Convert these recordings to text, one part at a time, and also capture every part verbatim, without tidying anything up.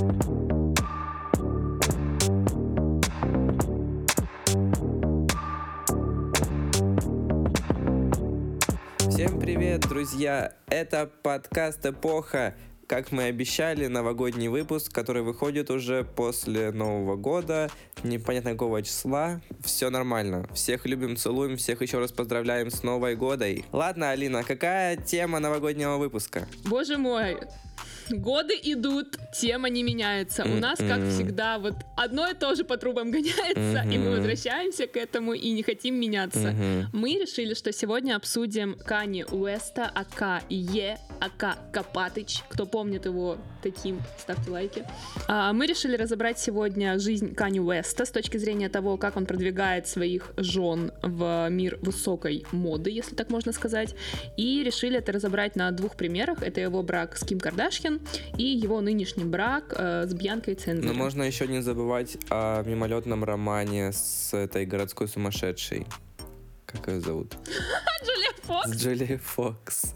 Всем привет, друзья! Это подкаст «Эпоха». Как мы и обещали, новогодний выпуск, который выходит уже после Нового года, непонятно какого числа. Все нормально. Всех любим, целуем, всех еще раз поздравляем с Новой годой. Ладно, Алина, какая тема новогоднего выпуска? Боже мой, годы идут, тема не меняется. У нас, как всегда, вот одно и то же по трубам гоняется, и мы возвращаемся к этому и не хотим меняться. Мы решили, что сегодня обсудим Канье Уэста, ака Е, ака Копатыч. Кто помнит его таким, ставьте лайки. А, мы решили разобрать сегодня жизнь Канье Уэста с точки зрения того, как он продвигает своих жен в мир высокой моды, если так можно сказать. И решили это разобрать на двух примерах. Это его брак с Ким Кардашьян и его нынешний брак э, с Бьянкой Цензери. Но можно еще не забывать о мимолетном романе с этой городской сумасшедшей. Как ее зовут? Джулия Фокс. С Джулией Фокс.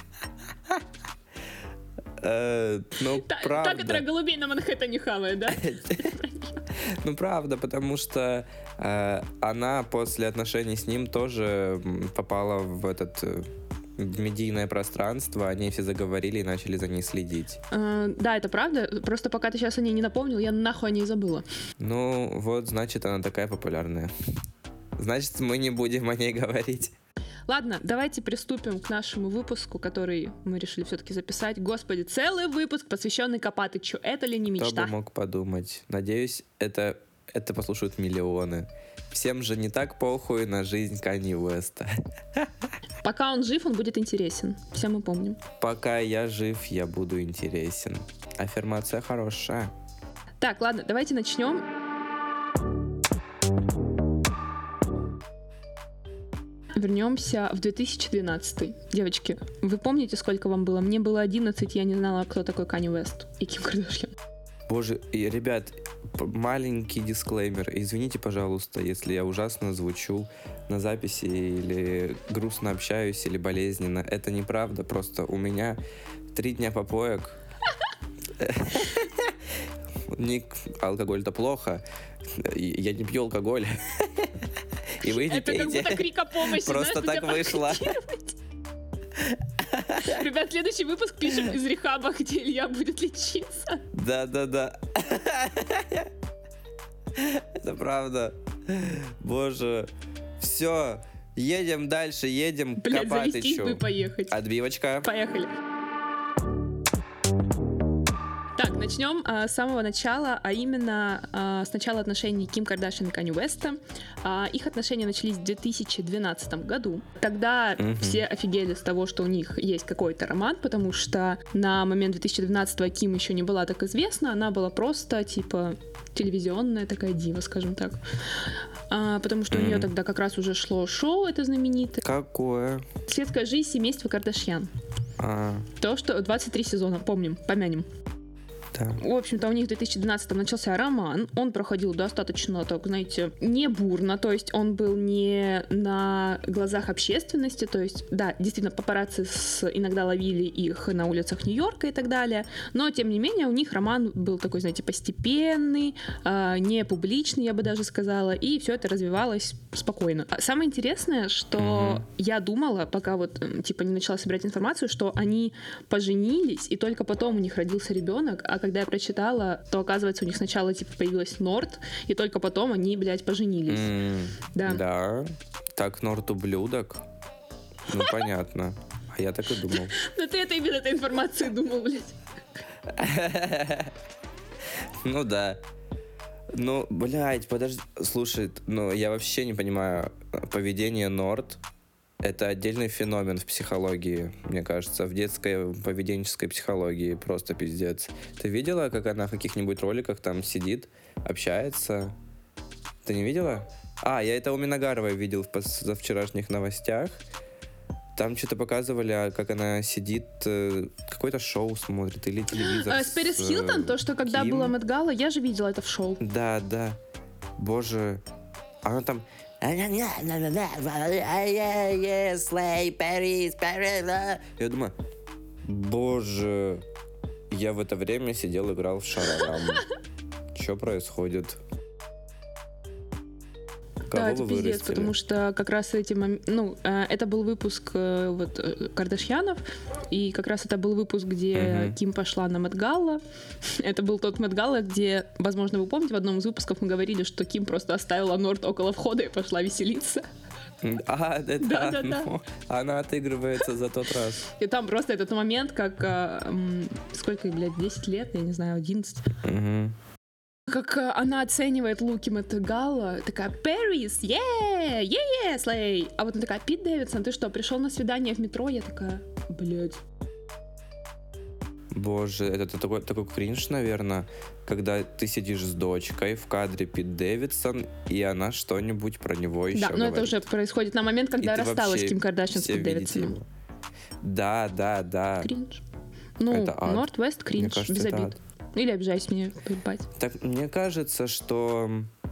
Э, ну, Та, правда. Та, которая голубей на Манхэттене хавает, да? Ну, правда, потому что э, она после отношений с ним тоже попала в этот... в медийное пространство, они все заговорили и начали за ней следить. Uh, да, это правда. Просто пока ты сейчас о ней не напомнил, я нахуй о ней забыла. Ну, вот, значит, она такая популярная. Значит, мы не будем о ней говорить. Ладно, давайте приступим к нашему выпуску, который мы решили все-таки записать. Господи, целый выпуск, посвященный Копатычу. Это ли не мечта? Кто бы мог подумать. Надеюсь, это, это послушают миллионы. Всем же не так похуй на жизнь Канье Уэста. Пока он жив, он будет интересен. Все мы помним. Пока я жив, я буду интересен. Аффирмация хорошая. Так, ладно, давайте начнем. Вернемся в две тысячи двенадцатый. Девочки, вы помните, сколько вам было? Мне было одиннадцать, я не знала, кто такой Канье Уэст и Ким Кардашьян. Боже, и, ребят, маленький дисклеймер. Извините, пожалуйста, если я ужасно звучу на записи или грустно общаюсь, или болезненно. Это неправда, просто у меня три дня попоек. Ник, алкоголь-то плохо. Я не пью алкоголь. И вы не пейте. Это как будто крик о помощи. Просто так вышло. Ребят, следующий выпуск пишем из рехаба, где Илья будет лечиться. Да-да-да. Это правда. Боже. Все. Едем дальше, едем к Копатычу. Блядь, завестись бы поехать. Отбивочка. Поехали. Так, начнем а, с самого начала, а именно а, с начала отношений Ким Кардашьян и Канье Уэста. А, их отношения начались в две тысячи двенадцатом году. Тогда угу. все офигели с того, что у них есть какой-то роман, потому что на момент две тысячи двенадцатого Ким еще не была так известна, она была просто, типа, телевизионная такая дива, скажем так. А, потому что mm. у нее тогда как раз уже шло шоу, это знаменитое. Какое? «Светская жизнь семейства Кардашьян». А. То, что двадцать три сезона, помним, помянем. Да. В общем-то, у них в две тысячи двенадцатом начался роман. Он проходил достаточно, так, знаете, не бурно. То есть он был не на глазах общественности. То есть, да, действительно, папарацци с... иногда ловили их на улицах Нью-Йорка и так далее. Но, тем не менее, у них роман был такой, знаете, постепенный, э, не публичный, я бы даже сказала. И все это развивалось спокойно. А самое интересное, что mm-hmm. я думала, пока вот, типа, не начала собирать информацию, что они поженились, и только потом у них родился ребенок. А когда я прочитала, то, оказывается, у них сначала, типа, появилась Норт, и только потом они, блядь, поженились. Mm, да. Да. Так Норт ублюдок. Ну, понятно. А я так и думал. Ну, ты это именно этой информацией думал, блядь. Ну, да. Ну, блядь, подожди. Слушай, ну, я вообще не понимаю поведение Норт. Это отдельный феномен в психологии, мне кажется, в детской поведенческой психологии, просто пиздец. Ты видела, как она в каких-нибудь роликах там сидит, общается? Ты не видела? А, я это у Миногаровой видел в позавчерашних новостях. Там что-то показывали, как она сидит, какое-то шоу смотрит или телевизор. А, с Пэрис Хилтон, то, что когда Ким. была Мэтт Гала, я же видела это в шоу. Да, да. Боже, она там... Я думаю, боже, Я в это время сидел, играл в шарарам. Что происходит? Кого Да, это вы пиздец, вырастили? потому что как раз этим, ну, э, это был выпуск э, вот э, Кардашьянов, и как раз это был выпуск, где Мгм. Ким пошла на Мэтт Галла. Это был тот Мэтт Галла, где, возможно, вы помните, в одном из выпусков мы говорили, что Ким просто оставила Норт около входа и пошла веселиться. А, это Да-да-да. оно. Она отыгрывается за тот раз. И там просто этот момент, как э, м, сколько ей, блядь, десять лет, я не знаю, одиннадцать. Мгм. Как э, она оценивает луки Мэтта Галла, такая, Пэрис, yeah, yeah, yeah, слей. А вот она такая, Пит Дэвидсон, ты что, пришел на свидание в метро? Я такая, блядь. Боже, это т- такой, такой кринж, наверное, когда ты сидишь с дочкой в кадре Пит Дэвидсон, и она что-нибудь про него еще Да, но говорит. это уже происходит на момент, когда И ты рассталась вообще Ким Кардашьян с все Пит видите Дэвидсоном. его. Да, да, да. Кринж. Ну, Это ад. Норт-Вест Мне кринж, кажется, без это обид. Или обижайся мне, поебать. Так, мне кажется, что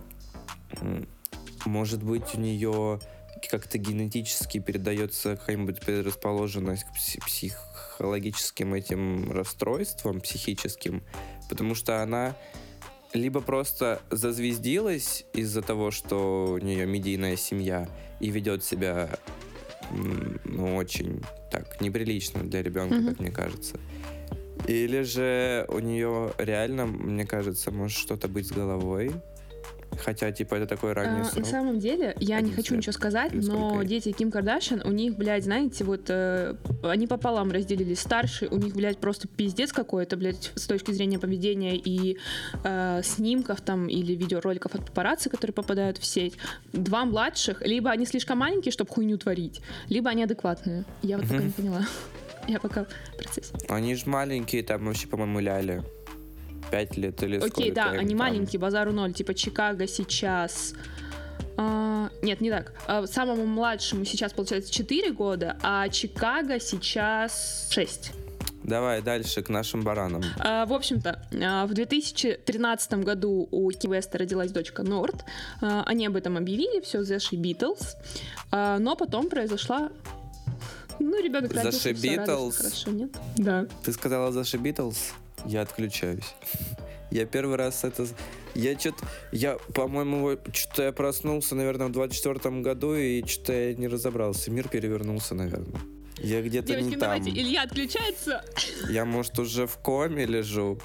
м, может быть у нее как-то генетически передается какая-нибудь предрасположенность к пси- психологическим этим расстройствам, психическим, потому что она либо просто зазвездилась из-за того, что у нее медийная семья и ведет себя м, ну, очень так неприлично для ребенка, Мгм. как мне кажется. Или же у нее реально, мне кажется, может что-то быть с головой. Хотя, типа, это такой ранний А, срок. на самом деле, я не одиннадцать хочу лет. ничего сказать, Или сколько но ей? дети Ким Кардашьян, у них, блядь, знаете, вот э, они пополам разделились. Старший, у них, блядь, просто пиздец какой-то, блядь, с точки зрения поведения и э, снимков там или видеороликов от папарацци, которые попадают в сеть. Два младших, либо они слишком маленькие, чтобы хуйню творить, либо они адекватные. Я вот пока Мгм. не поняла. Я пока в процессе. Они же маленькие, там вообще, по-моему, ляли. Пять лет или сколько Окей, да, им они там. маленькие, базару ноль. Типа Чикаго сейчас... а, нет, не так. А, самому младшему сейчас, получается, четыре года, а Чикаго сейчас шесть. Давай дальше к нашим баранам. А, в общем-то, а, в две тысячи тринадцатом году у Ким Веста родилась дочка Норт. А, они об этом объявили, все, The She Beatles. А, но потом произошла... Ну, ребенок The родился, She всё, радостно, Beatles? хорошо, нет? Да. Ты сказала за The Beatles? Я отключаюсь. Я первый раз это... Я что-то... Я, по-моему, что-то я проснулся, наверное, в двадцать четвёртом году, и что-то я не разобрался. Мир перевернулся, наверное. Я где-то Девочки, не там. давайте, Илья отключается. Я, может, уже в коме лежу.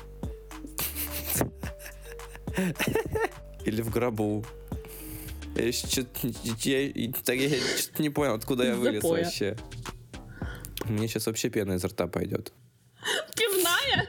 Или в гробу. Я что-то не понял, откуда я Из вылез запоя. вообще. Мне сейчас вообще пена изо рта пойдет. Пивная?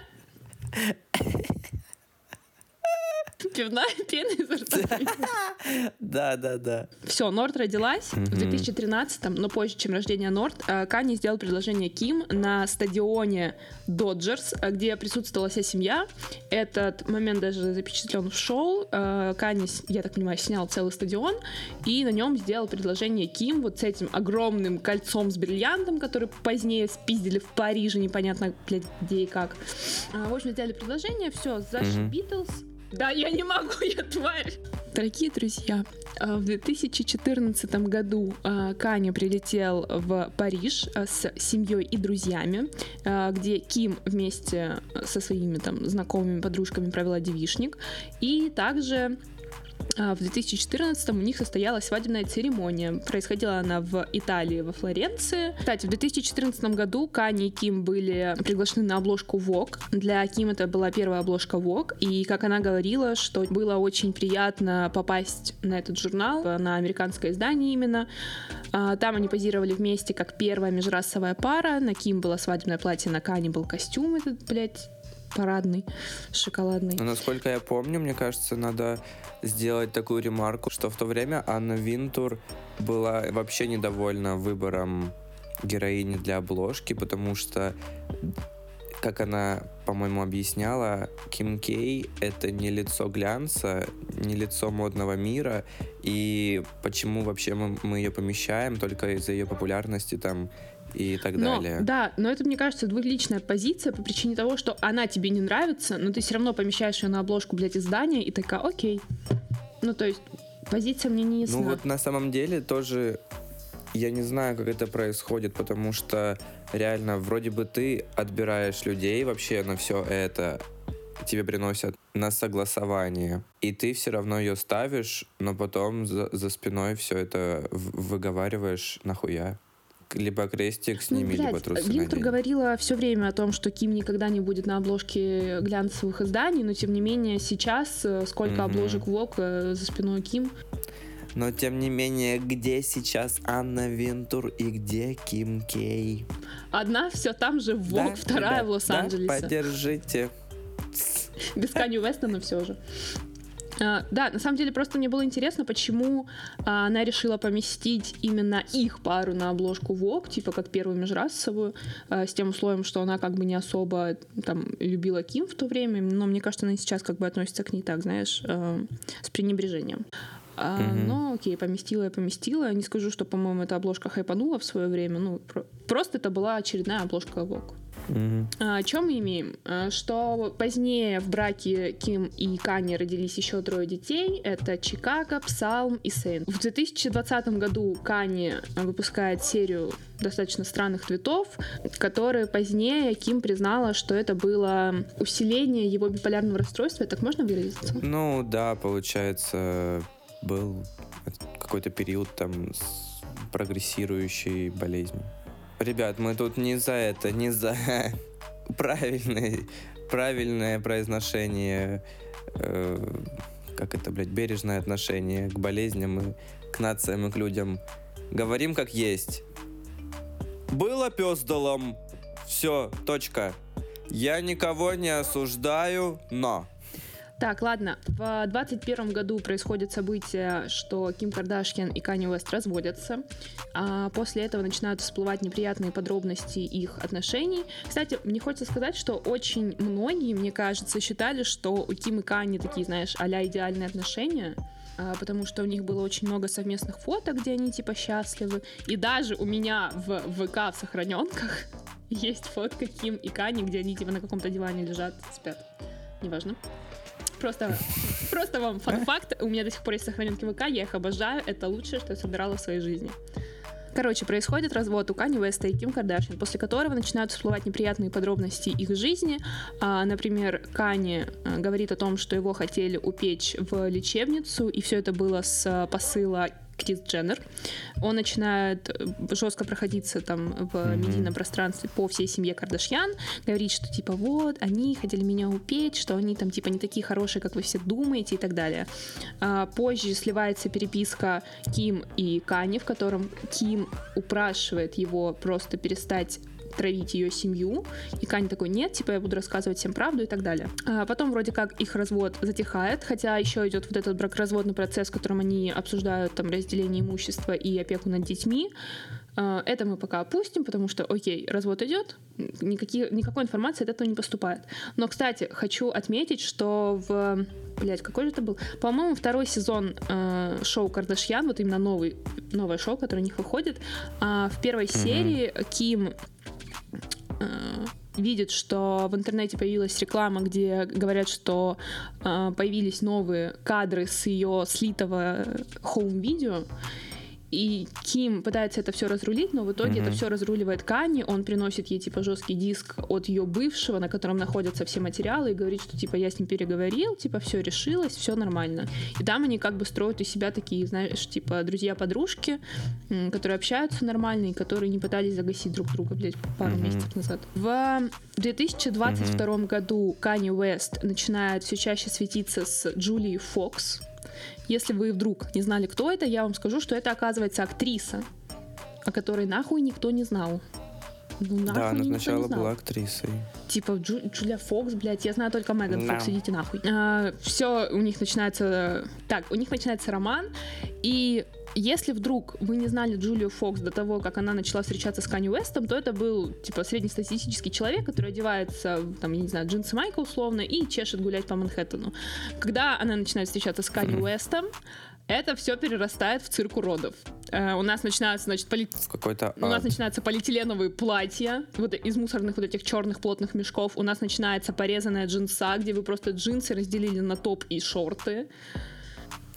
Пивная пена изо рта. Да, да, да. Все, Норт родилась в две тысячи тринадцатом, но позже, чем рождение Норт, э, Канье сделал предложение Ким на стадионе Доджерс, э, где присутствовала вся семья. Этот момент даже запечатлен в шоу. Э, Канье, с- я так понимаю, снял целый стадион и на нем сделал предложение Ким вот с этим огромным кольцом с бриллиантом, который позднее спиздили в Париже, непонятно, блядь, где и как. А, В общем, сделали предложение, все, за Мгм. Битлз. Да, я не могу, я тварь. Дорогие друзья, а, в две тысячи четырнадцатом году а, Канье прилетел в Париж а, с семьей и друзьями, а, где Ким вместе со своими там знакомыми подружками провела девичник. И также а, в две тысячи четырнадцатом у них состоялась свадебная церемония. Происходила она в Италии, во Флоренции. Кстати, в две тысячи четырнадцатом году Канье и Ким были приглашены на обложку Vogue. Для Ким это была первая обложка Vogue. И, как она говорила, что было очень приятно попасть на этот журнал, на американское издание именно. А, Там они позировали вместе как первая межрасовая пара. На Ким было свадебное платье, на Канье был костюм этот, блядь, парадный, шоколадный. Но насколько я помню, мне кажется, надо сделать такую ремарку, что в то время Анна Винтур была вообще недовольна выбором героини для обложки, потому что, как она, по-моему, объясняла, Ким Кей — это не лицо глянца, не лицо модного мира, и почему вообще мы, мы ее помещаем только из-за ее популярности там и так Но, далее. да, но это, мне кажется, двуличная позиция по причине того, что она тебе не нравится, но ты все равно помещаешь ее на обложку, блядь, издания, и такая, окей. Ну, то есть, позиция мне не ясна. Ну вот на самом деле тоже я не знаю, как это происходит, потому что реально вроде бы ты отбираешь людей вообще на все это, тебе приносят на согласование, и ты все равно ее ставишь, но потом за, за спиной все это выговариваешь нахуя. Либо крестик сними, ну, блядь, либо трусы Винтур надень. говорила все время о том, что Ким никогда не будет на обложке глянцевых изданий, но тем не менее сейчас сколько mm-hmm. обложек Vogue за спиной Ким. Но тем не менее, где сейчас Анна Винтур и где Ким Кей? Одна все там же в Vogue, да, вторая да, в Лос-Анджелесе. Да, поддержите. Без Канье Уэста, но все же. Uh, да, на самом деле просто мне было интересно, почему uh, она решила поместить именно их пару на обложку Vogue, типа как первую межрасовую, uh, с тем условием, что она как бы не особо там любила Ким в то время, но мне кажется, она сейчас как бы относится к ней так, знаешь, uh, с пренебрежением. Uh, mm-hmm. Но окей, поместила я поместила. Не скажу, что, по-моему, эта обложка хайпанула в свое время. Ну, про- просто это была очередная обложка Vogue. Mm-hmm. Uh, что мы имеем? Uh, что позднее в браке Ким и Канье родились еще трое детей. Это Чикаго, Псалм и Сейн. В две тысячи двадцатом году Канье выпускает серию достаточно странных твитов, которые позднее Ким признала, что это было усиление его биполярного расстройства. Так можно выразиться? Ну да, получается, был какой-то период там с прогрессирующей болезнью. Ребят, мы тут не за это, не за правильное, правильное произношение, э, как это, блядь, бережное отношение к болезням и к нациям и к людям. Говорим как есть. Было пёздалом. Все, точка. Я никого не осуждаю, но... Так, ладно, в двадцать первом году происходит событие, что Ким Кардашьян и Канье Уэст разводятся, а после этого начинают всплывать неприятные подробности их отношений. Кстати, мне хочется сказать, что очень многие, мне кажется, считали, что у Ким и Канье такие, знаешь, а-ля идеальные отношения, потому что у них было очень много совместных фоток, где они типа счастливы, и даже у меня в ВК в сохраненках есть фотка Ким и Канье, где они типа на каком-то диване лежат, спят, неважно. Просто, просто вам фан-факт. У меня до сих пор есть сохраненки ВК, я их обожаю. Это лучшее, что я собирала в своей жизни. Короче, происходит развод у Канье Уэста и Ким Кардашьян, после которого начинают всплывать неприятные подробности их жизни. А, например, Канье а, говорит о том, что его хотели упечь в лечебницу, и все это было с посыла Крис Дженнер. Он начинает жестко проходиться там в mm-hmm. медийном пространстве по всей семье Кардашьян, говорит, что типа вот, они хотели меня упечь, что они там типа не такие хорошие, как вы все думаете и так далее. А, позже сливается переписка Ким и Канье, в котором Ким упрашивает его просто перестать травить ее семью, и Канье такой, нет, типа я буду рассказывать всем правду и так далее. А потом вроде как их развод затихает, хотя еще идет вот этот бракоразводный процесс, в котором они обсуждают там разделение имущества и опеку над детьми. А, это мы пока опустим, потому что, окей, развод идет, никакие, никакой информации от этого не поступает. Но, кстати, хочу отметить, что в... Блять, какой же это был? По-моему, второй сезон э, шоу Кардашьян, вот именно новый, новое шоу, которое у них выходит, э, в первой mm-hmm. серии Ким видит, что в интернете появилась реклама, где говорят, что э, появились новые кадры с ее слитого хоум-видео, и Ким пытается это все разрулить, но в итоге mm-hmm. это все разруливает Канье, он приносит ей типа жесткий диск от ее бывшего, на котором находятся все материалы, и говорит, что типа я с ним переговорил, типа все решилось, все нормально. И там они как бы строят из себя такие, знаешь, типа друзья-подружки, которые общаются нормально и которые не пытались загасить друг друга, блядь, пару mm-hmm. месяцев назад. В две тысячи двадцать втором mm-hmm. году Канье Уэст начинает все чаще светиться с Джулией Фокс. Если вы вдруг не знали, кто это, я вам скажу, что это, оказывается, актриса, о которой нахуй никто не знал. Ну, нахуй да, она никто сначала не знал. была актрисой. Типа Джу, Джулия Фокс, блядь, я знаю только Меган no. Фокс, идите нахуй. А, все, у них начинается... Так, у них начинается роман, и если вдруг вы не знали Джулию Фокс до того, как она начала встречаться с Канье Уэстом, то это был, типа, среднестатистический человек, который одевается, там, я не знаю, джинсы майка условно и чешет гулять по Манхэттену. Когда она начинает встречаться с Канье Уэстом, это все перерастает в цирк уродов. Uh, у нас начинаются, значит, поли... какой-то у нас начинаются полиэтиленовые платья вот из мусорных вот этих черных плотных мешков. У нас начинается порезанная джинса, где вы просто джинсы разделили на топ и шорты.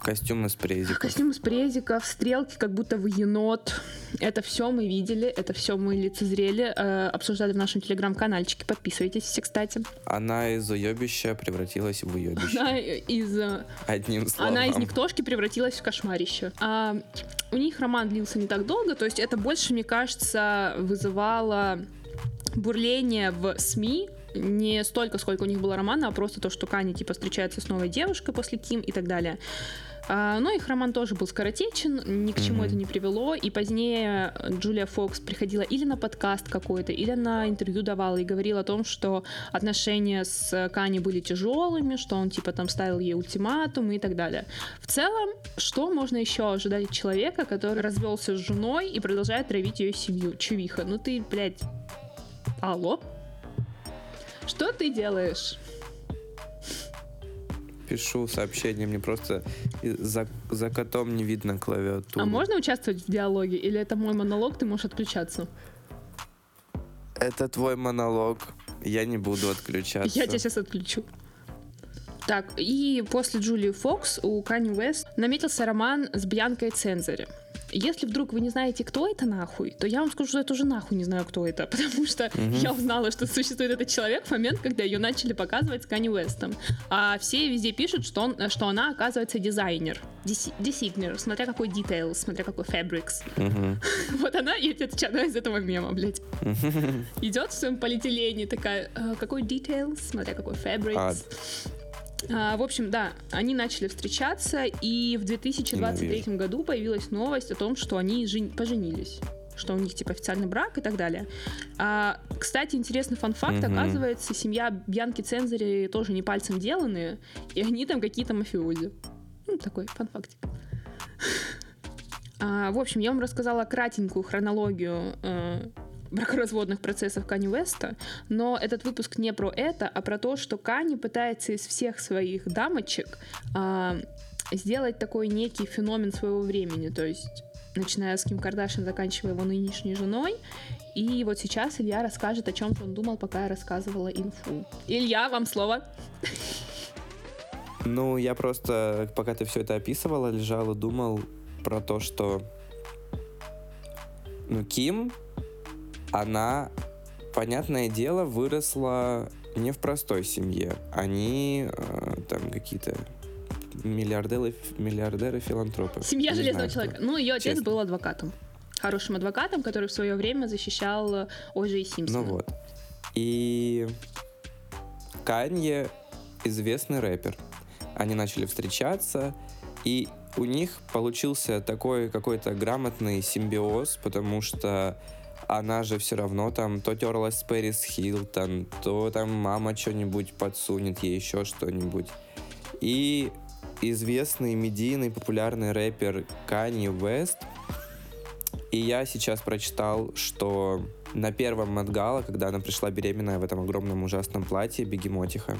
Костюм из презиков. Костюм из презиков, стрелки, как будто вы енот. Это все мы видели, это все мы лицезрели, э, обсуждали в нашем телеграм-канальчике. Подписывайтесь все, кстати. Она из уебища превратилась в уебище. Она из... Одним словом. Она из никтошки превратилась в кошмарище. А, у них роман длился не так долго, то есть это больше, мне кажется, вызывало бурление в СМИ. Не столько, сколько у них было романа, а просто то, что Канье типа встречается с новой девушкой после Ким и так далее. А, но их роман тоже был скоротечен, ни к чему mm-hmm. это не привело, и позднее Джулия Фокс приходила или на подкаст какой-то, или на интервью давала и говорила о том, что отношения с Канье были тяжелыми, что он типа там ставил ей ультиматум и так далее. В целом, что можно еще ожидать от человека, который развелся с женой и продолжает травить ее семью? Чувиха, ну ты, блядь, алло? Что ты делаешь? Пишу сообщение, мне просто за, за котом не видно клавиатуру. А можно участвовать в диалоге? Или это мой монолог, ты можешь отключаться? Это твой монолог, я не буду отключаться. Я тебя сейчас отключу. Так, и после Джулии Фокс у Канье Уэст наметился роман с Бьянкой Цензари. Если вдруг вы не знаете, кто это нахуй, то я вам скажу, что я тоже нахуй не знаю, кто это, потому что mm-hmm. я узнала, что существует этот человек в момент, когда ее начали показывать с Канье Уэстом. А все везде пишут, что, он, что она, оказывается, дизайнер, десигнер, смотря какой details, смотря какой fabrics. Mm-hmm. Вот она, и это она из этого мема, блядь. Mm-hmm. Идет в своем полиэтилене такая, какой details, смотря какой fabrics. А, в общем, да, они начали встречаться, и в две тысячи двадцать третьем году появилась новость о том, что они жен... поженились, что у них типа официальный брак и так далее. А, кстати, интересный фан-факт, mm-hmm. оказывается, семья Бьянки Цензари тоже не пальцем деланные, и они там какие-то мафиози. Ну, такой фан-фактик. А, в общем, я вам рассказала кратенькую хронологию э, бракоразводных процессов Канье Уэста, но этот выпуск не про это, а про то, что Канье пытается из всех своих дамочек а, сделать такой некий феномен своего времени, то есть начиная с Ким Кардашьян, заканчивая его нынешней женой. И вот сейчас Илья расскажет, о чем он думал, пока я рассказывала инфу. Илья, вам слово. Ну, я просто, пока ты все это описывала, лежал и думал про то, что ну, Ким, она, понятное дело, выросла не в простой семье. Они э, там какие-то миллиардеры, миллиардеры, филантропы. Семья не железного знаю, человека. Кто. Ну, ее отец Честно. был адвокатом. Хорошим адвокатом, который в свое время защищал О Джей Симпсона. Ну вот. И Канье известный рэпер. Они начали встречаться, и у них получился такой какой-то грамотный симбиоз, потому что она же все равно там то терлась с Пэрис Хилтон, то там мама что-нибудь подсунет ей, еще что-нибудь. И известный медийный популярный рэпер Канье Уэст. И я сейчас прочитал, что на первом Met-Gala, когда она пришла беременная в этом огромном ужасном платье бегемотиха,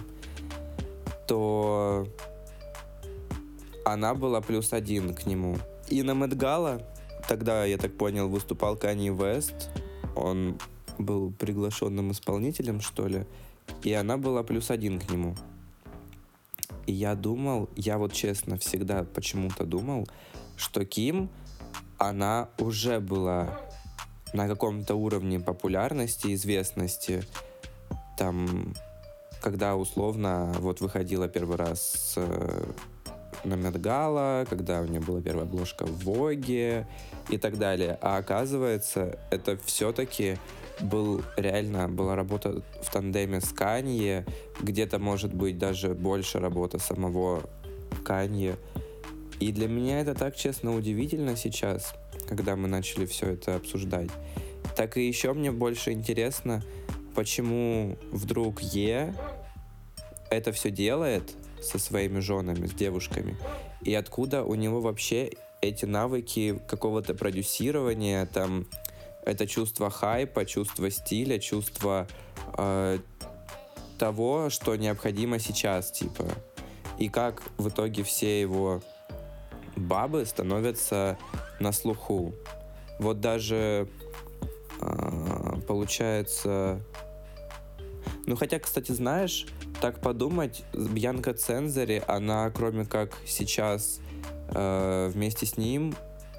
то она была плюс один к нему. И на Met-Gala тогда, я так понял, выступал Канье Уэст. Он был приглашенным исполнителем, что ли. И она была плюс один к нему. И я думал, я вот честно всегда почему-то думал, что Ким, она уже была на каком-то уровне популярности, известности. Там, когда условно вот выходила первый раз с на Met-Gala, когда у нее была первая обложка в Vogue и так далее. А оказывается, это все-таки был реально была работа в тандеме с Канье, где-то, может быть, даже больше работа самого Канье. И для меня это так, честно, удивительно сейчас, когда мы начали все это обсуждать. Так и еще мне больше интересно, почему вдруг Е это все делает со своими женами, с девушками, и откуда у него вообще эти навыки какого-то продюсирования, там, это чувство хайпа, чувство стиля, чувство э, того, что необходимо сейчас, типа. И как в итоге все его бабы становятся на слуху. Вот даже э, получается... Ну, хотя, кстати, знаешь, так подумать, Бьянка Цензари, она, кроме как сейчас э, вместе с ним,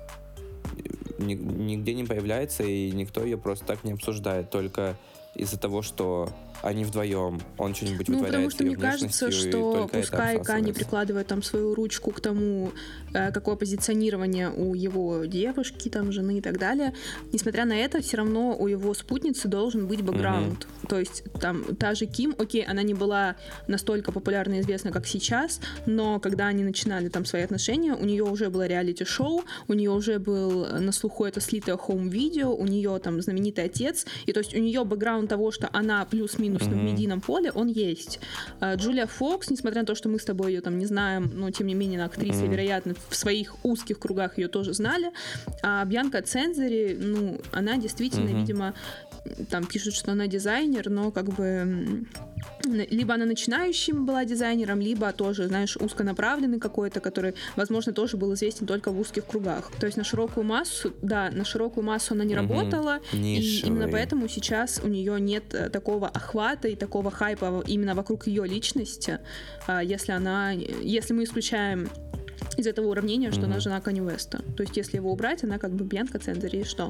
ни, нигде не появляется, и никто ее просто так не обсуждает, только из-за того, что они вдвоем, он что-нибудь Ну, вытворяет потому что с ее мне кажется, внешностью, и что только пускай это Канье обсасывается. прикладывает там свою ручку к тому, э, какое позиционирование у его девушки, там, жены и так далее, несмотря на это, все равно у его спутницы должен быть бэкграунд. Mm-hmm. То есть там та же Ким, окей, она не была настолько популярна и известна, как сейчас, но когда они начинали там свои отношения, у нее уже было реалити-шоу, у нее уже был на слуху это слитое хоум-видео, у нее там знаменитый отец, и то есть у нее бэкграунд того, что она плюс-минус mm-hmm. на медийном поле, он есть. Джулия Фокс, несмотря на то, что мы с тобой ее там не знаем, но тем не менее, она актриса, mm-hmm. вероятно, в своих узких кругах ее тоже знали. А Бьянка Цензари, ну, она действительно, mm-hmm. видимо, там пишут, что она дизайнер, но как бы либо она начинающим была дизайнером, либо тоже, знаешь, узконаправленный какой-то, который, возможно, тоже был известен только в узких кругах. То есть на широкую массу, да, на широкую массу она не mm-hmm. работала, Нишевый. И именно поэтому сейчас у нее нет такого охвата и такого хайпа именно вокруг ее личности, если она, если мы исключаем из этого уравнения, что mm-hmm. она жена Канье Уэста. То есть если его убрать, она как бы Бьянка Цензари, и что?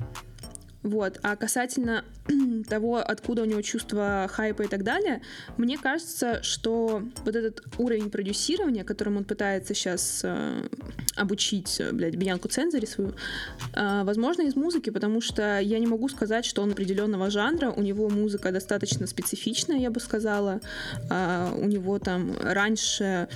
Вот. А касательно того, откуда у него чувство хайпа и так далее, мне кажется, что вот этот уровень продюсирования, которым он пытается сейчас э, обучить, блядь, Бьянку Цензари свою, э, возможно, из музыки, потому что я не могу сказать, что он определенного жанра, у него музыка достаточно специфичная, я бы сказала, э, у него там раньше...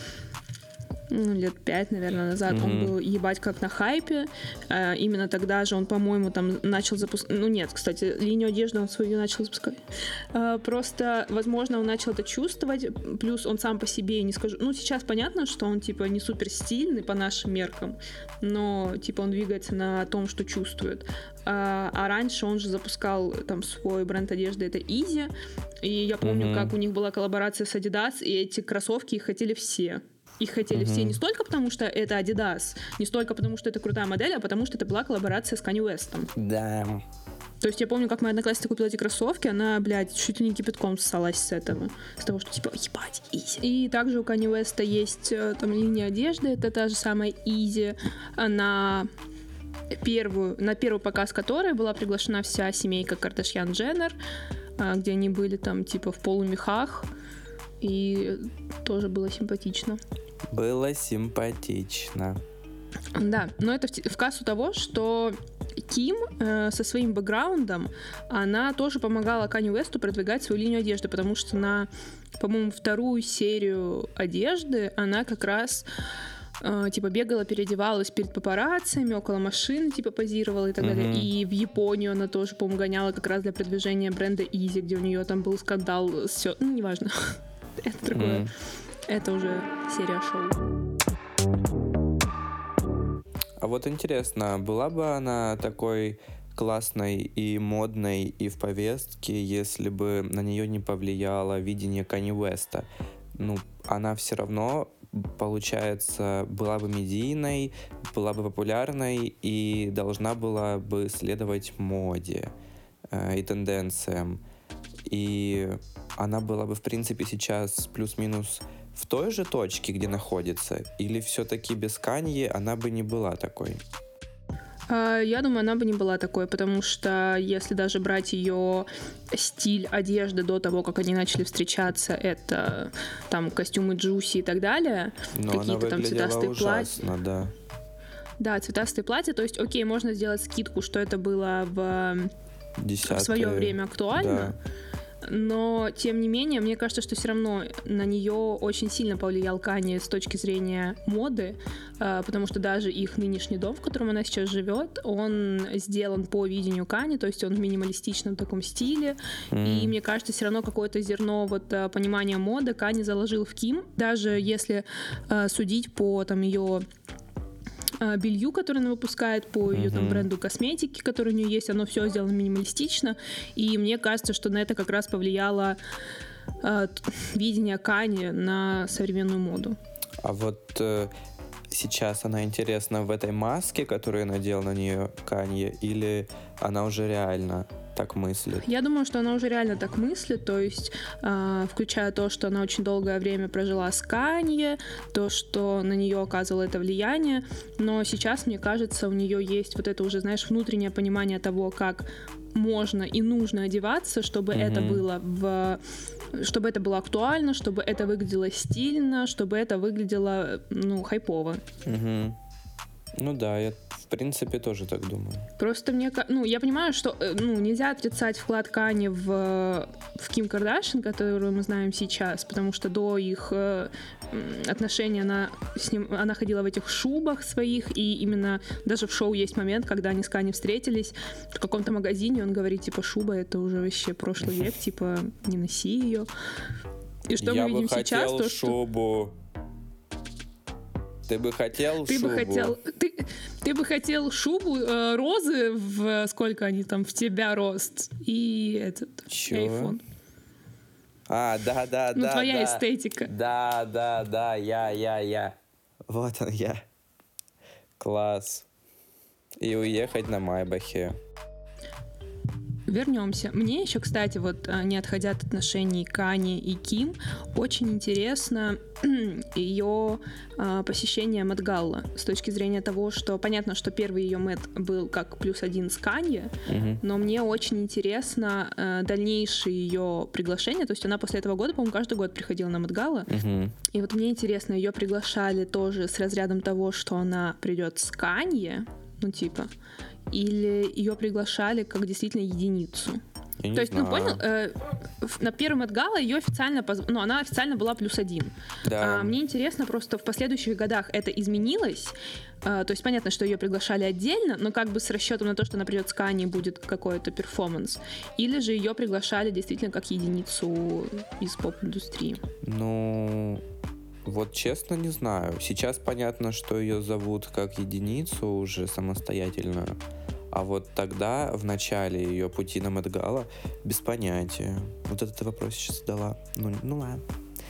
Ну, лет пять, наверное, назад mm-hmm. он был ебать как на хайпе. А, именно тогда же он, по-моему, там начал запускать... Ну, нет, кстати, линию одежды он свою начал запускать. А, просто, возможно, он начал это чувствовать. Плюс он сам по себе, не скажу... Ну, сейчас понятно, что он, типа, не супер стильный по нашим меркам, но, типа, он двигается на том, что чувствует. А, а раньше он же запускал там свой бренд одежды, это Easy. И я помню, mm-hmm. как у них была коллаборация с Adidas, и эти кроссовки их хотели все. Их хотели uh-huh. все не столько потому, что это Adidas, не столько потому, что это крутая модель, а потому, что это была коллаборация с Канье Уэстом. Да. То есть я помню, как моя одноклассница купила эти кроссовки, она, блядь, чуть ли не кипятком ссалась с этого. С того, что типа, ебать, Easy. И также у Канье Уэста есть там линия одежды, это та же самая Easy. Она... Первую, на первый показ которой была приглашена вся семейка Кардашьян-Дженнер, где они были там типа в полумехах. И тоже было симпатично. Было симпатично. Да, но это в, в кассу того, что Ким э, со своим бэкграундом, она тоже помогала Канье Уэсту продвигать свою линию одежды, потому что на, по-моему, вторую серию одежды она как раз э, типа бегала, переодевалась перед папараццами, около машины типа позировала и так mm-hmm. далее. И в Японию она тоже, по-моему, гоняла как раз для продвижения бренда Easy, где у нее там был скандал с все, ну, неважно. Это другое. Mm. Это уже серия шоу. А вот интересно, была бы она такой классной и модной и в повестке, если бы на нее не повлияло видение Канье Уэста? Ну, она все равно, получается, была бы медийной, была бы популярной и должна была бы следовать моде э, и тенденциям. И она была бы, в принципе, сейчас плюс-минус в той же точке, где находится? Или все-таки без Канье она бы не была такой? Я думаю, она бы не была такой, потому что если даже брать ее стиль одежды до того, как они начали встречаться, это там костюмы Джуси и так далее, но какие-то там цветастые ужасно, платья. Да. Да, цветастые платья, то есть, окей, можно сделать скидку, что это было в, в свое время актуально. Да. Но, тем не менее, мне кажется, что все равно на нее очень сильно повлиял Канье с точки зрения моды, потому что даже их нынешний дом, в котором она сейчас живет, он сделан по видению Канье, то есть он в минималистичном таком стиле, mm. и мне кажется, все равно какое-то зерно вот понимания моды Канье заложил в Ким, даже если судить по там ее белью, которое она выпускает, по ее mm-hmm. там, бренду косметики, который у нее есть, оно все сделано минималистично, и мне кажется, что на это как раз повлияло э, видение Канье на современную моду. А вот э, сейчас она интересна в этой маске, которую надел на нее Канье, или она уже реально так мыслит. Я думаю, что она уже реально так мыслит, то есть, э, включая то, что она очень долгое время прожила с Канье, то, что на нее оказывало это влияние, но сейчас, мне кажется, у нее есть вот это уже, знаешь, внутреннее понимание того, как можно и нужно одеваться, чтобы mm-hmm. это было в... чтобы это было актуально, чтобы это выглядело стильно, чтобы это выглядело, ну, хайпово. Mm-hmm. Ну да, я в принципе тоже так думаю. Просто мне, ну, я понимаю, что, ну, нельзя отрицать вклад Кани в, в Ким Кардашьян, которую мы знаем сейчас, потому что до их отношений она, с ним, она ходила в этих шубах своих, и именно даже в шоу есть момент, когда они с Кани встретились в каком-то магазине, он говорит, типа, шуба — это уже вообще прошлый век, типа, не носи ее. И что я мы видим бы сейчас? хотел То, шубу. Что... Ты бы хотел ты шубу? Бы хотел, ты, ты бы хотел шубу, э, розы, в сколько они там, в тебя рост, и этот, айфон. А, да-да-да. Ну, да, твоя да. эстетика. Да-да-да, я-я-я. Вот он я. Класс. И уехать на Майбахе. Вернемся. Мне еще, кстати, вот не отходя от отношений Кани и Ким, очень интересно ее а, посещение Мет Галла с точки зрения того, что понятно, что первый ее Мет был как плюс один с Канье, угу. но мне очень интересно а, дальнейшие ее приглашения. То есть она после этого года, по-моему, каждый год приходила на Мет Галла. Угу. И вот мне интересно, ее приглашали тоже с разрядом того, что она придет с Канье, ну типа, или ее приглашали как действительно единицу. Я То есть, знаю. ну понял, э, на первом Мет Галла ее официально, позв... ну она официально была плюс один. Да. А, мне интересно просто в последующих годах это изменилось. А, то есть понятно, что ее приглашали отдельно, но как бы с расчетом на то, что она придет с Канье, будет какой-то перформанс. Или же ее приглашали действительно как единицу из поп-индустрии. Ну, вот честно не знаю. Сейчас понятно, что ее зовут как единицу уже самостоятельную. А вот тогда, в начале ее пути на Мет Галла, без понятия. Вот этот вопрос сейчас задала. Ну, ну ладно.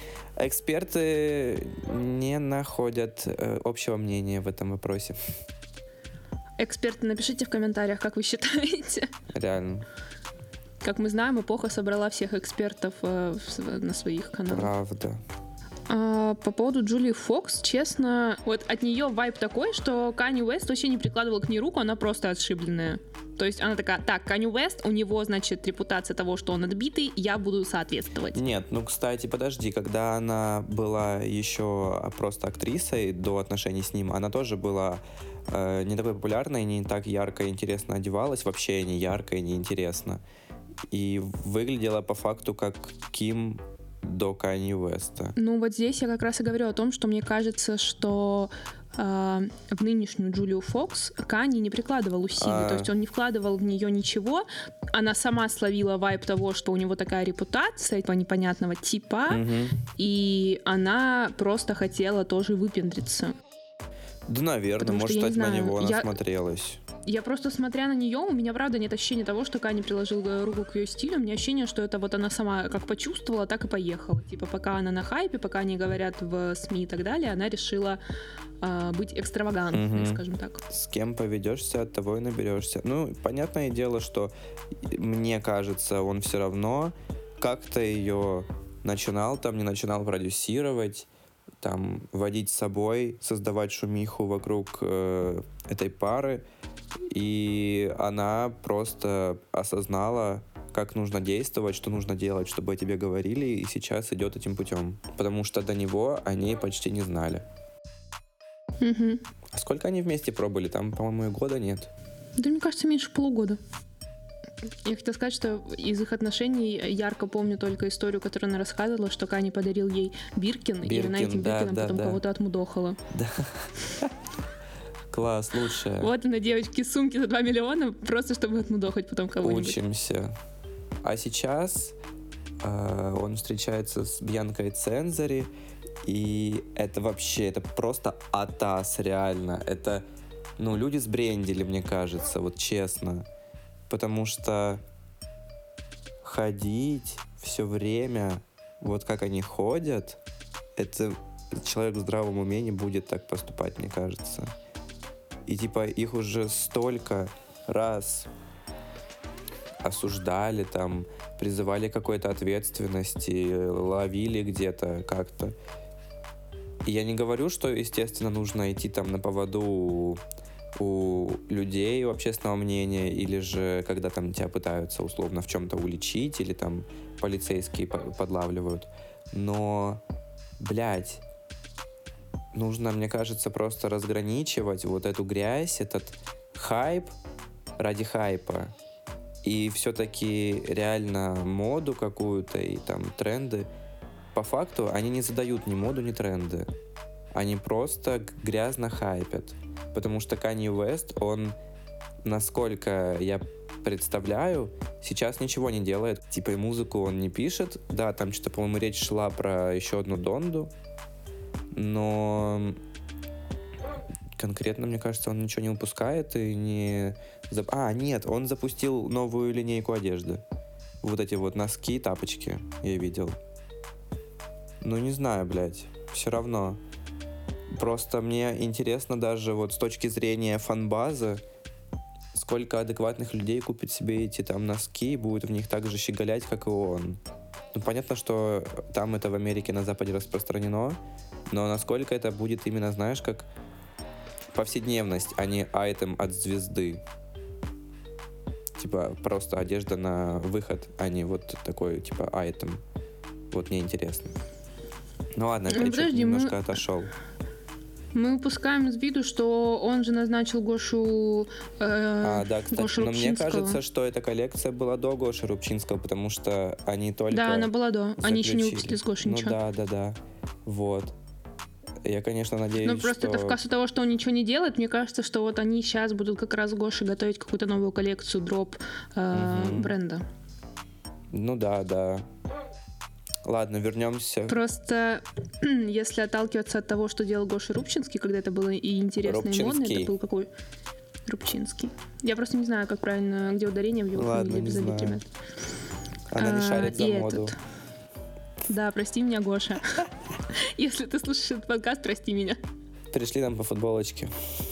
Эксперты не находят э, общего мнения в этом вопросе. Эксперты, напишите в комментариях, как вы считаете. Реально. Как мы знаем, эпоха собрала всех экспертов э, в, на своих каналах. Правда. А, по поводу Джулии Фокс, честно, вот от нее вайб такой, что Канье Уэст вообще не прикладывал к ней руку, она просто отшибленная. То есть она такая, так, Канье Уэст, у него, значит, репутация того, что он отбитый, я буду соответствовать. Нет, ну, кстати, подожди, когда она была еще просто актрисой до отношений с ним, она тоже была э, не такой популярной, не так ярко и интересно одевалась, вообще не ярко и не интересно. И выглядела по факту как Ким до Канье Уэста. Ну вот здесь я как раз и говорю о том, что мне кажется, что э, в нынешнюю Джулию Фокс Канье не прикладывал усилий, а... то есть он не вкладывал в нее ничего, она сама словила вайб того, что у него такая репутация этого непонятного типа, угу. и она просто хотела тоже выпендриться. Да, наверное, Потому может, что, стать на него я... насмотрелась. Я просто, смотря на нее, у меня, правда, нет ощущения того, что Канье приложил руку к ее стилю. У меня ощущение, что это вот она сама как почувствовала, так и поехала. Типа, пока она на хайпе, пока они говорят в СМИ и так далее, она решила э, быть экстравагантной, угу. скажем так. С кем поведешься, от того и наберешься. Ну, понятное дело, что мне кажется, он все равно как-то ее начинал, там, не начинал продюсировать, там, водить с собой, создавать шумиху вокруг э, этой пары. И она просто осознала, как нужно действовать, что нужно делать, чтобы о тебе говорили, и сейчас идет этим путем. Потому что до него о ней почти не знали. Угу. А сколько они вместе пробыли? Там, по-моему, и года нет. Да, мне кажется, меньше полугода. Я хотела сказать, что из их отношений ярко помню только историю, которую она рассказывала, что Канье подарил ей Биркин, Биркин и она этим да, Биркином да, потом да. кого-то отмудохала. Да. Класс, лучше. Вот она, девочки, сумки за два миллиона, просто чтобы отмудохать потом кого-нибудь. Учимся. А сейчас э, он встречается с Бьянкой Цензари, и это вообще, это просто атас, реально. Это, ну, люди сбрендили, мне кажется, вот честно. Потому что ходить все время, вот как они ходят, это человек в здравом уме не будет так поступать, мне кажется. И типа их уже столько раз осуждали, там, призывали к какой-то ответственности, ловили где-то как-то. И я не говорю, что, естественно, нужно идти там на поводу у, у людей, у общественного мнения, или же когда там тебя пытаются условно в чем-то уличить, или там полицейские подлавливают. Но, блядь, нужно, мне кажется, просто разграничивать вот эту грязь, этот хайп ради хайпа, и все-таки реально моду какую-то и там тренды. По факту они не задают ни моду, ни тренды. Они просто грязно хайпят. Потому что Канье Уэст, он, насколько я представляю, сейчас ничего не делает. Типа и музыку он не пишет. Да, там что-то, по-моему, речь шла про еще одну Донду. Но конкретно, мне кажется, он ничего не выпускает и не... А, нет, он запустил новую линейку одежды. Вот эти вот носки, тапочки я видел. Ну, не знаю, блядь, все равно. Просто мне интересно даже вот с точки зрения фан-базы, сколько адекватных людей купит себе эти там носки и будет в них так же щеголять, как и он. Ну, понятно, что там это в Америке, на Западе распространено, но насколько это будет именно, знаешь, как повседневность, а не айтем от звезды. Типа просто одежда на выход, а не вот такой, типа, айтем. Вот мне интересно. Ну ладно, опять ну, подожди, немножко мы... отошел. Мы упускаем из виду, что он же назначил Гошу э, А, да, кстати, Гошу но мне Рубчинского. кажется, что эта коллекция была до Гоши Рубчинского, потому что они только... Да, она была до. заключили. Они еще не выпустили с Гошей ну, ничего. да, да, да. Вот. Я, конечно, надеюсь, Ну, просто что... это в кассу того, что он ничего не делает. Мне кажется, что вот они сейчас будут как раз Гоше готовить какую-то новую коллекцию дроп э, угу. бренда. Ну да, да. Ладно, вернемся. Просто если отталкиваться от того, что делал Гоша Рубчинский, когда это было и интересно, и модно, это был какой... Рубчинский. Я просто не знаю, как правильно, где ударение в его Ладно, фамилии, без обид, ребят. Она не шарит за и моду. Этот... Да, прости меня, Гоша. Если ты слушаешь этот подкаст, прости меня. Пришли нам по футболочке.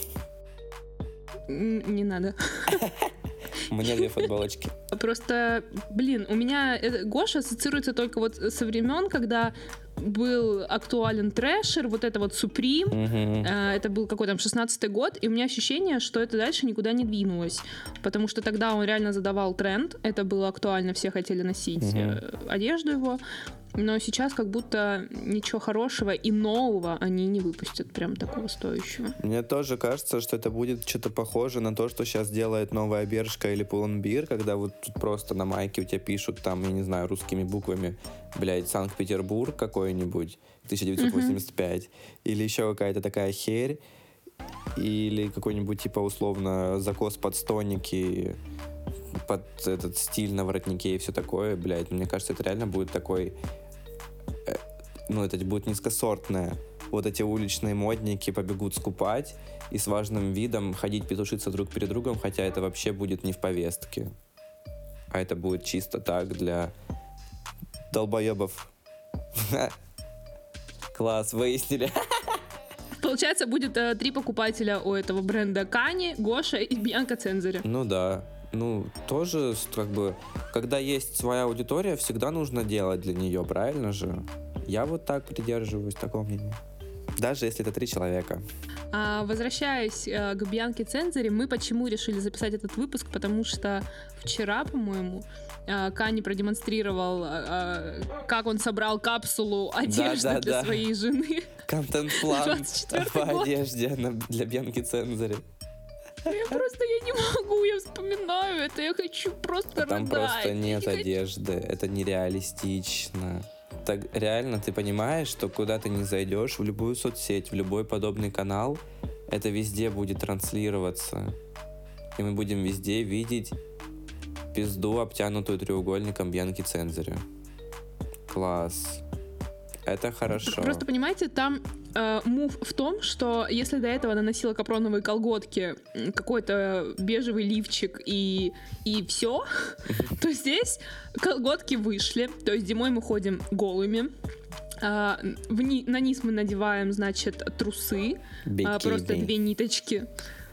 Не надо. Мне две футболочки. Просто, блин, у меня Гоша ассоциируется только вот со времен, когда был актуален трэшер, вот это вот Supreme, угу. э, это был какой там шестнадцатый год, и у меня ощущение, что это дальше никуда не двинулось, потому что тогда он реально задавал тренд, это было актуально, все хотели носить угу. э, одежду его, но сейчас как будто ничего хорошего и нового они не выпустят, прям такого стоящего. Мне тоже кажется, что это будет что-то похоже на то, что сейчас делает новая Бершка или Pull&Bear, когда вот тут просто на майке у тебя пишут там, я не знаю, русскими буквами, блядь, Санкт-Петербург какой-нибудь, тысяча девятьсот восемьдесят пять, uh-huh. или еще какая-то такая херь, или какой-нибудь типа условно закос подстойники под этот стиль на воротнике и все такое, блядь, мне кажется, это реально будет такой, э, ну, это будет низкосортное. Вот эти уличные модники побегут скупать и с важным видом ходить петушиться друг перед другом, хотя это вообще будет не в повестке. А это будет чисто так для долбоебов. Класс, выяснили. Получается, будет э, три покупателя у этого бренда: Кани, Гоша и Бьянка Цензари. Ну да. Ну, тоже, как бы, когда есть своя аудитория, всегда нужно делать для нее, правильно же? Я вот так придерживаюсь такого мнения. Даже если это три человека. А, возвращаясь э, к Бьянке Цензари, мы почему решили записать этот выпуск? Потому что вчера, по-моему, э, Кани продемонстрировал, э, как он собрал капсулу одежды да, да, для да. своей жены. Контент-план по одежде для Бьянки Цензари. Я просто, я не могу, я вспоминаю это, я хочу просто Там рыдать. просто нет я одежды, хочу... это нереалистично. Так реально ты понимаешь, что куда ты не зайдешь, в любую соцсеть, в любой подобный канал, это везде будет транслироваться. И мы будем везде видеть пизду, обтянутую треугольником Бьянки Цензари. Класс. Это хорошо. Просто, понимаете, там э, мув в том, что если до этого она носила капроновые колготки, какой-то бежевый лифчик и, и все, то здесь колготки вышли, то есть зимой мы ходим голыми, э, вни- на низ мы надеваем, значит, трусы, э, просто две ниточки.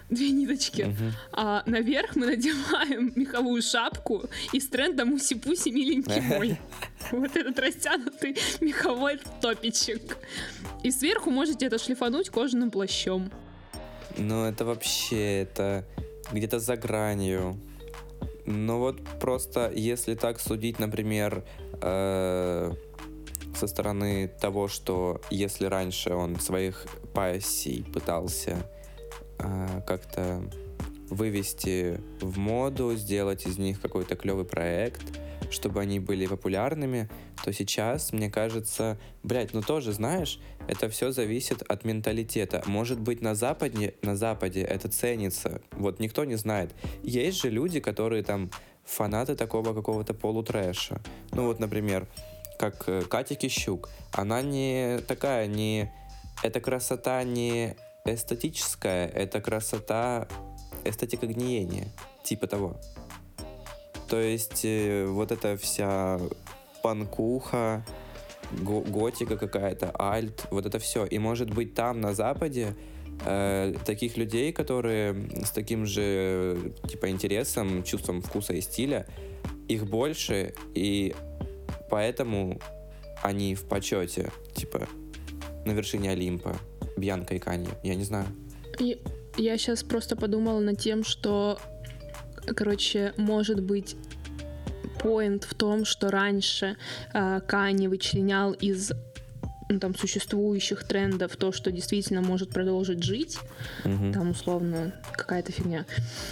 две ниточки, Мгм. а наверх мы надеваем меховую шапку и с трендом уси-пуси миленький мой. Вот этот растянутый меховой топичек. И сверху можете это шлифануть кожаным плащом. Ну, это вообще, это где-то за гранью. Ну, вот просто, если так судить, например, э, со стороны того, что если раньше он своих пассий пытался э, как-то вывести в моду, сделать из них какой-то клевый проект, чтобы они были популярными, то сейчас, мне кажется, блядь, ну тоже, знаешь, это все зависит от менталитета. Может быть, на Западе, на Западе это ценится, вот никто не знает. Есть же люди, которые там фанаты такого какого-то полутрэша. Ну вот, например, как э, Катя Кищук. Она не такая, не... Эта красота не эстетическая, это красота эстетика гниения, типа того. То есть э, вот эта вся панкуха, го- готика какая-то, альт, вот это все. И может быть там на Западе э, таких людей, которые с таким же типа интересом, чувством вкуса и стиля, их больше, и поэтому они в почете, типа на вершине Олимпа, Бьянка и Канье, я не знаю. И я сейчас просто подумала над тем, что, короче, может быть, поинт в том, что раньше э, Канье вычленял из ну, там, существующих трендов то, что действительно может продолжить жить, Мгм. там, условно, какая-то фигня.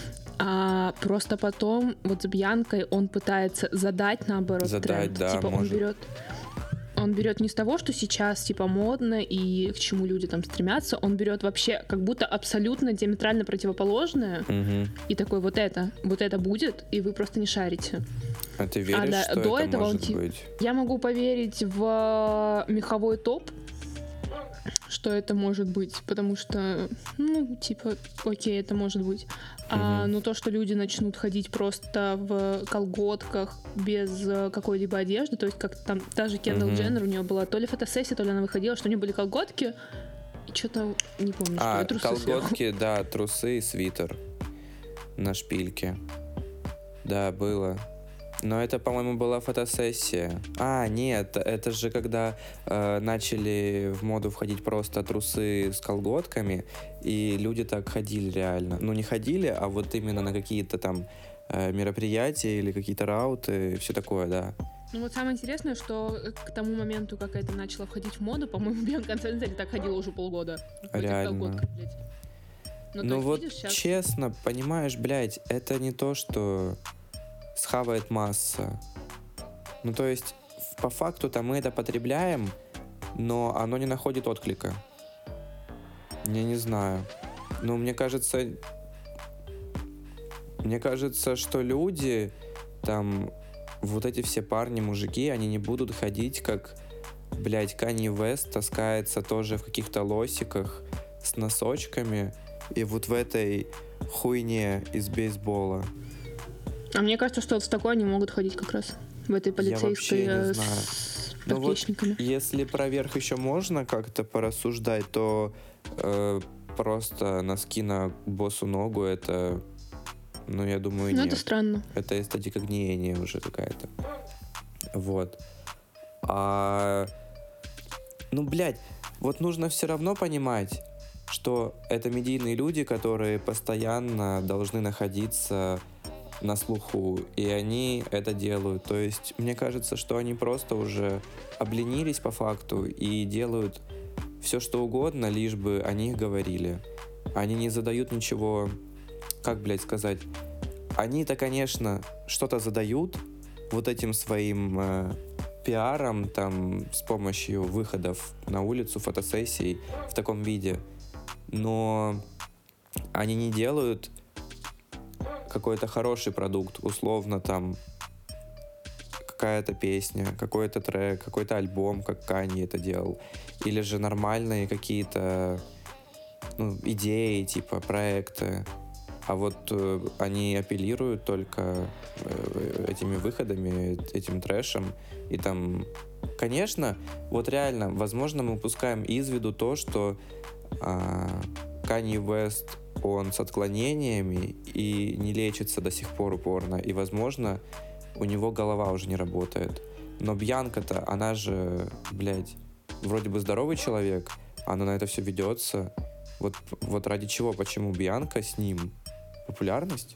А просто потом вот с Бьянкой он пытается задать, наоборот, Задать, тренд. да, типа он может. берет он берет не с того, что сейчас типа модно и к чему люди там стремятся, он берет вообще как будто абсолютно диаметрально противоположное Мгм. и такой вот это, вот это будет, и вы просто не шарите. А ты веришь, да, что до это этого он может тип- быть? Я могу поверить в меховой топ, что это может быть, потому что, ну, типа, окей, это может быть. А, Мгм. но то, что люди начнут ходить просто в колготках без э, какой-либо одежды, то есть как там та же Кендалл Мгм. Дженнер, у нее была то ли фотосессия, то ли она выходила, что у нее были колготки, и что-то, не помню, что, А, и трусы сверху. колготки, да, трусы и свитер на шпильке. Да, было. Но это, по-моему, была фотосессия. А, нет, это же когда э, начали в моду входить просто трусы с колготками, и люди так ходили реально. Ну, не ходили, а вот именно на какие-то там э, мероприятия или какие-то рауты, все такое, да. Ну вот самое интересное, что к тому моменту, как это начало входить в моду, по-моему, Бьянка на самом деле так ходила уже полгода. В этих Реально. колготках, блядь. Ну, то Ну есть, вот, видишь, щас- честно, понимаешь, блядь, это не то, что схавает масса. Ну, то есть, в- по факту-то мы это потребляем, но оно не находит отклика. Я не знаю. Ну, мне кажется... Мне кажется, что люди, там, вот эти все парни, мужики, они не будут ходить, как, блядь, Канье Вест таскается тоже в каких-то лосиках с носочками и вот в этой хуйне из бейсбола. А мне кажется, что вот с такой они могут ходить как раз. В этой полицейской вообще не э, знаю. с Ну вот, подплечниками. если про верх еще можно как-то порассуждать, то э, просто носки на босу ногу это, ну, я думаю, Ну, нет. это странно. Это эстетика гниения уже какая-то. Вот. А... Ну, блядь, вот нужно все равно понимать, что это медийные люди, которые постоянно должны находиться на слуху, и они это делают. То есть, мне кажется, что они просто уже обленились по факту и делают все, что угодно, лишь бы о них говорили. Они не задают ничего, как, блядь, сказать... Они-то, конечно, что-то задают вот этим своим э, пиаром, там, с помощью выходов на улицу, фотосессий в таком виде. Но они не делают какой-то хороший продукт, условно, там, какая-то песня, какой-то трек, какой-то альбом, как Канье это делал. Или же нормальные какие-то, ну, идеи, типа, проекты. А вот э, они апеллируют только э, этими выходами, этим трэшем. И там, конечно, вот реально, возможно, мы упускаем из виду то, что а, Канье Уэст, он с отклонениями и не лечится до сих пор упорно. И, возможно, у него голова уже не работает. Но Бьянка-то, она же, блядь, вроде бы здоровый человек, она на это все ведется. Вот, вот ради чего, почему Бьянка с ним? Популярность?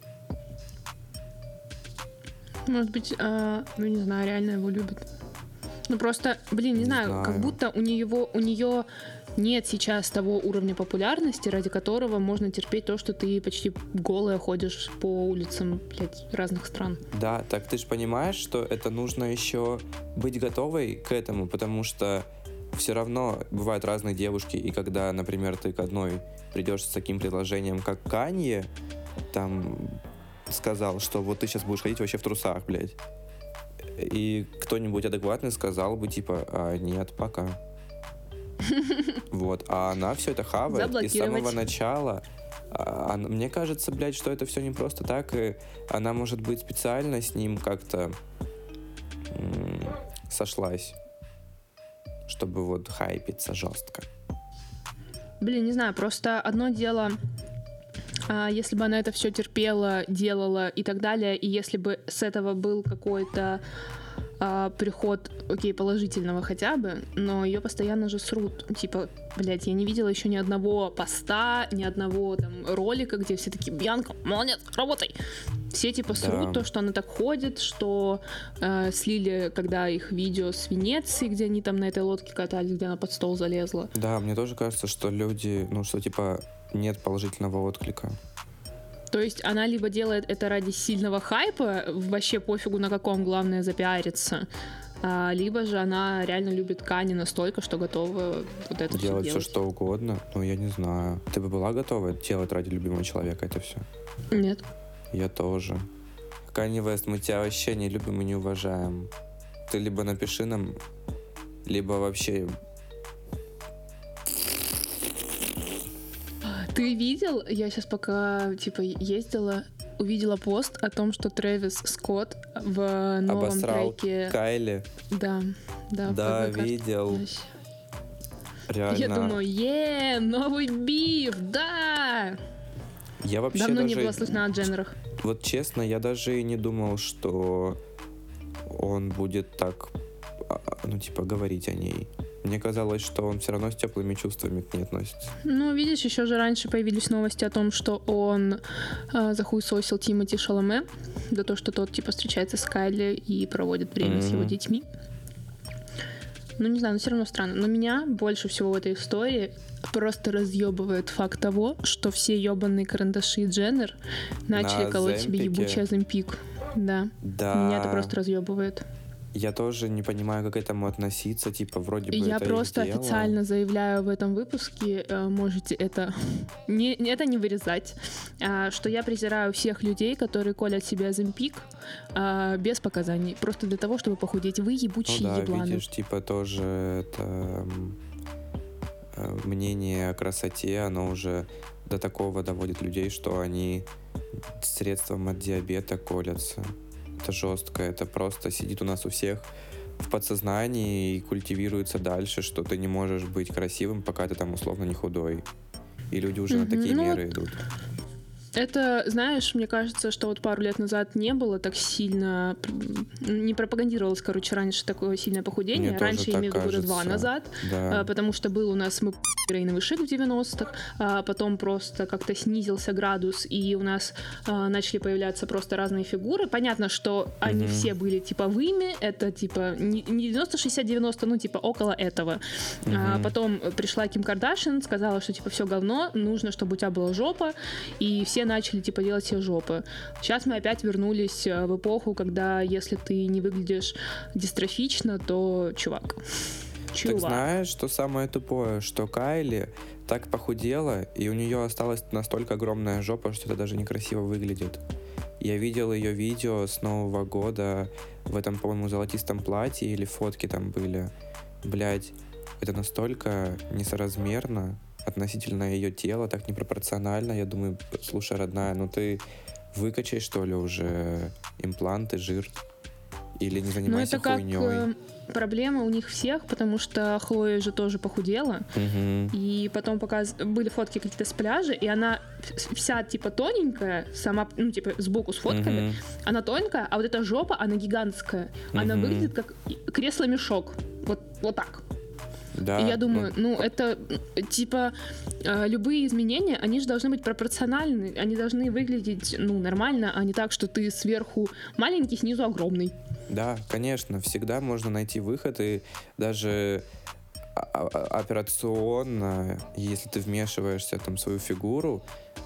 Может быть, э, ну не знаю, реально его любят. Ну просто, блин, не, Не знаю, знаю. как будто у нее, у нее нет сейчас того уровня популярности, ради которого можно терпеть то, что ты почти голая ходишь по улицам, блядь, разных стран. Да, так ты же понимаешь, что это нужно еще быть готовой к этому, потому что все равно бывают разные девушки, и когда, например, ты к одной придешь с таким предложением, как Канье, там сказал, что вот ты сейчас будешь ходить вообще в трусах, блядь. И кто-нибудь адекватный сказал бы, типа, а, нет, пока. Вот, а она все это хавает, и с самого начала, а, а, мне кажется, блядь, что это все не просто так, и она, может быть, специально с ним как-то м- сошлась, чтобы вот хайпиться жестко. Блин, не знаю, просто одно дело, а, если бы она это все терпела, делала и так далее, и если бы с этого был какой-то а, приход, окей, положительного хотя бы, но ее постоянно же срут. Типа, блядь, я не видела еще ни одного поста, ни одного там ролика, где все такие: Бьянка, молодец, работай. Все типа срут Да. то, что она так ходит, что э, слили, когда их видео с Венеции, где они там на этой лодке катались, где она под стол залезла. Да, мне тоже кажется, что люди, ну, что типа нет положительного отклика. То есть она либо делает это ради сильного хайпа, вообще пофигу на каком, главное запиариться, а, либо же она реально любит Кани настолько, что готова вот это Делать все все, делать. что угодно, ну, я не знаю. Ты бы была готова делать ради любимого человека это все? Нет. Я тоже. Канье Уэст, мы тебя вообще не любим и не уважаем. Ты либо напиши нам, либо вообще... Ты видел, я сейчас пока типа ездила, увидела пост о том, что Трэвис Скотт в новом Обосрал треке... Кайли. Да, да. Да, ПВ карте. видел. Реально. Я думаю, е, новый биф, да! Я вообще Давно даже... не было слышно о Дженнерах. Вот честно, я даже и не думал, что он будет так, а, ну, типа, говорить о ней. Мне казалось, что он все равно с теплыми чувствами к ней относится. Ну, видишь, еще же раньше появились новости о том, что он э, захуесосил Тимоти Шаломе за то, что тот, типа, встречается с Кайли и проводит время mm-hmm. с его детьми. Ну, не знаю, но все равно странно. Но меня больше всего в этой истории просто разъебывает факт того, что все ебаные карандаши Дженнер начали На колоть себе Земпике? ебучий Оземпик. Да. Да. Меня это просто разъебывает. Я тоже не понимаю, как к этому относиться. Типа, вроде бы Я это просто их дело. официально заявляю в этом выпуске, э, можете это не, это не вырезать, э, что я презираю всех людей, которые колят себе Оземпик э, без показаний. Просто для того, чтобы похудеть. Вы ебучие ну, да, ебланы. видишь, типа, тоже это э, мнение о красоте, оно уже до такого доводит людей, что они средством от диабета колятся. Это жестко, это просто сидит у нас у всех в подсознании и культивируется дальше, что ты не можешь быть красивым, пока ты там условно не худой. И люди уже mm-hmm. на такие ну, меры идут. Это, знаешь, мне кажется, что вот пару лет назад не было так сильно, не пропагандировалось, короче, раньше такое сильное похудение. Мне раньше, я имею в виду, года два назад, да. потому что был у нас мы героиновый шик в девяностых, а потом просто как-то снизился градус, и у нас а, начали появляться просто разные фигуры. Понятно, что они mm-hmm. все были типовыми, это типа не девяносто шестьдесят девяносто, ну типа около этого. Mm-hmm. А потом пришла Ким Кардашьян, сказала, что типа все говно, нужно, чтобы у тебя была жопа, и все начали типа делать себе жопы. Сейчас мы опять вернулись в эпоху, когда если ты не выглядишь дистрофично, то чувак. Чувак. Так знаешь, что самое тупое, что Кайли так похудела, и у нее осталась настолько огромная жопа, что это даже некрасиво выглядит. Я видел ее видео с Нового года в этом, по-моему, золотистом платье, или фотки там были. Блять, это настолько несоразмерно относительно ее тела, так непропорционально. Я думаю, слушай, родная, ну ты выкачай, что ли, уже импланты, жир. или не Ну, занимайся это как хуйней. э, проблема у них всех, потому что Хлоя же тоже похудела. Мгм. И потом показ... были фотки какие-то с пляжа, и она вс- вся типа тоненькая, сама, ну, типа сбоку с фотками. Мгм. Она тоненькая, а вот эта жопа, она гигантская. Она Мгм. выглядит как кресло-мешок. Вот, вот так. Да, И я думаю, ну, ну, это м, типа э, любые изменения, они же должны быть пропорциональны, они должны выглядеть, ну, нормально, а не так, что ты сверху маленький, снизу огромный. да, конечно, всегда можно найти выход, и даже а- а- операционно, если ты вмешиваешься там в свою фигуру,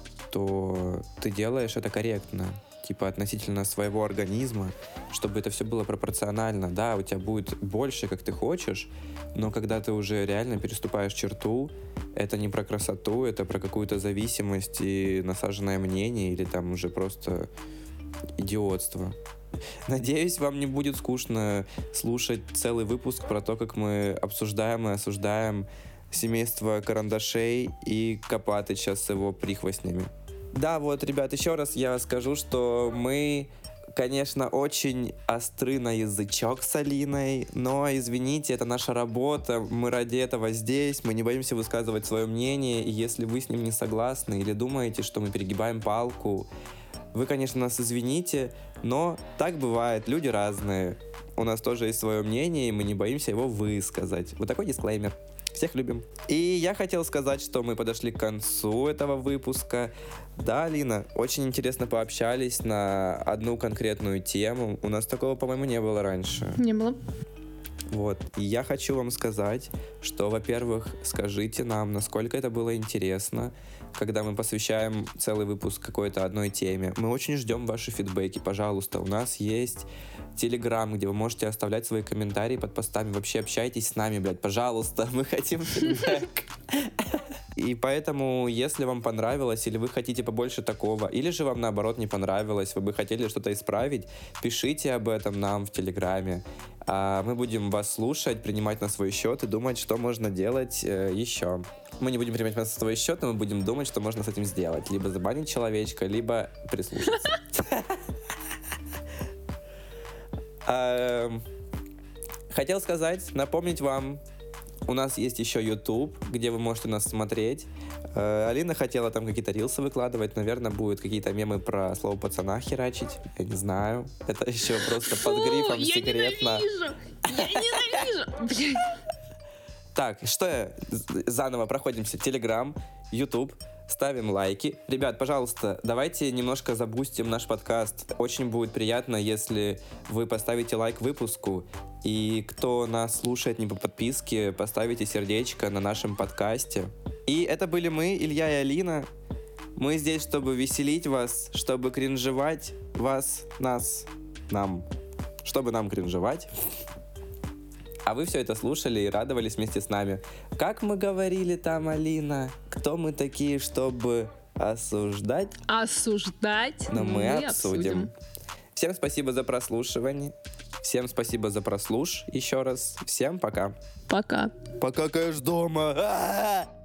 то ты делаешь это корректно, типа относительно своего организма, чтобы это все было пропорционально. Да, у тебя будет больше, как ты хочешь, но когда ты уже реально переступаешь черту, это не про красоту, это про какую-то зависимость и насаженное мнение, или там уже просто идиотство. Надеюсь, вам не будет скучно слушать целый выпуск про то, как мы обсуждаем и осуждаем семейство Карандашей и Копатыча с его прихвостнями. Да, вот, ребят, еще раз я скажу, что мы, конечно, очень остры на язычок с Алиной, но, извините, это наша работа, мы ради этого здесь, мы не боимся высказывать свое мнение, и если вы с ним не согласны или думаете, что мы перегибаем палку, вы, конечно, нас извините, но так бывает, люди разные. У нас тоже есть свое мнение, и мы не боимся его высказать. Вот такой дисклеймер. Всех любим. И я хотел сказать, что мы подошли к концу этого выпуска. Да, Алина, очень интересно пообщались на одну конкретную тему. У нас такого, по-моему, не было раньше. Не было. Вот. И я хочу вам сказать, что, во-первых, скажите нам, насколько это было интересно, когда мы посвящаем целый выпуск какой-то одной теме. Мы очень ждем ваши фидбэки, пожалуйста. У нас есть Телеграм, где вы можете оставлять свои комментарии под постами. Вообще общайтесь с нами, блядь, пожалуйста. Мы хотим фидбэк. И поэтому, если вам понравилось, или вы хотите побольше такого, или же вам, наоборот, не понравилось, вы бы хотели что-то исправить, пишите об этом нам в Телеграме. А мы будем вас слушать, принимать на свой счет и думать, что можно делать э, еще. Мы не будем принимать на свой счет, но мы будем думать, что можно с этим сделать. Либо забанить человечка, либо прислушаться. Эм, Хотел сказать, напомнить вам, у нас есть еще YouTube, где вы можете нас смотреть. Э, Алина хотела там какие-то рилсы выкладывать. Наверное, будут какие-то мемы про слово пацана херачить. Я не знаю. Это еще просто под грифом я секретно. ненавижу! Я ненавижу! Блядь. Так, что я з- заново проходимся. Телеграм, YouTube, ставим лайки. Ребят, пожалуйста, давайте немножко забустим наш подкаст. Очень будет приятно, если вы поставите лайк выпуску. И кто нас слушает не по подписке, поставите сердечко на нашем подкасте. И это были мы, Илья и Алина. Мы здесь, чтобы веселить вас, чтобы кринжевать вас, нас, нам. Чтобы нам кринжевать. А вы все это слушали и радовались вместе с нами. Как мы говорили там, Алина, кто мы такие, чтобы осуждать? Осуждать Но мы обсудим. Всем спасибо за прослушивание. Всем спасибо за прослуш еще раз. Всем пока. Пока. Пока, конечно, дома. А-а-а!